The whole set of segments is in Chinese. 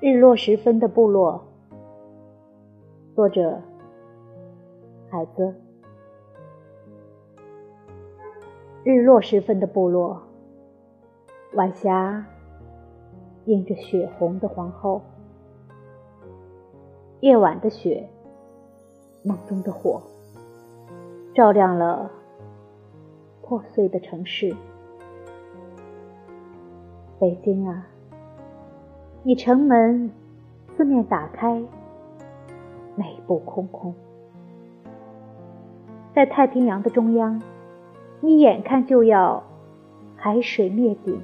日落时分的部落，作者海泽。日落时分的部落，晚霞映着血红的皇后，夜晚的雪，梦中的火，照亮了破碎的城市。北京啊，你城门四面打开，内部空空。在太平洋的中央，你眼看就要海水灭顶，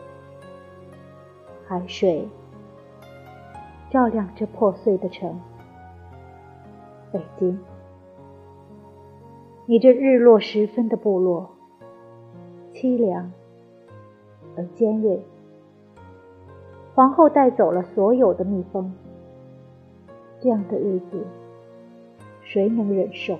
海水照亮这破碎的城。北京，你这日落时分的部落，凄凉而尖锐。皇后带走了所有的蜜蜂，这样的日子谁能忍受？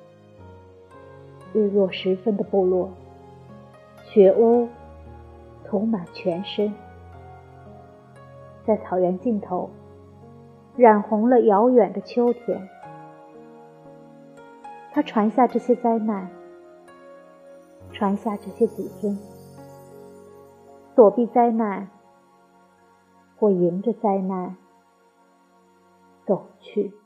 日落时分的部落，雪污涂满全身，在草原尽头染红了遥远的秋天。它传下这些灾难，传下这些子孙，躲避灾难，或迎着灾难走去。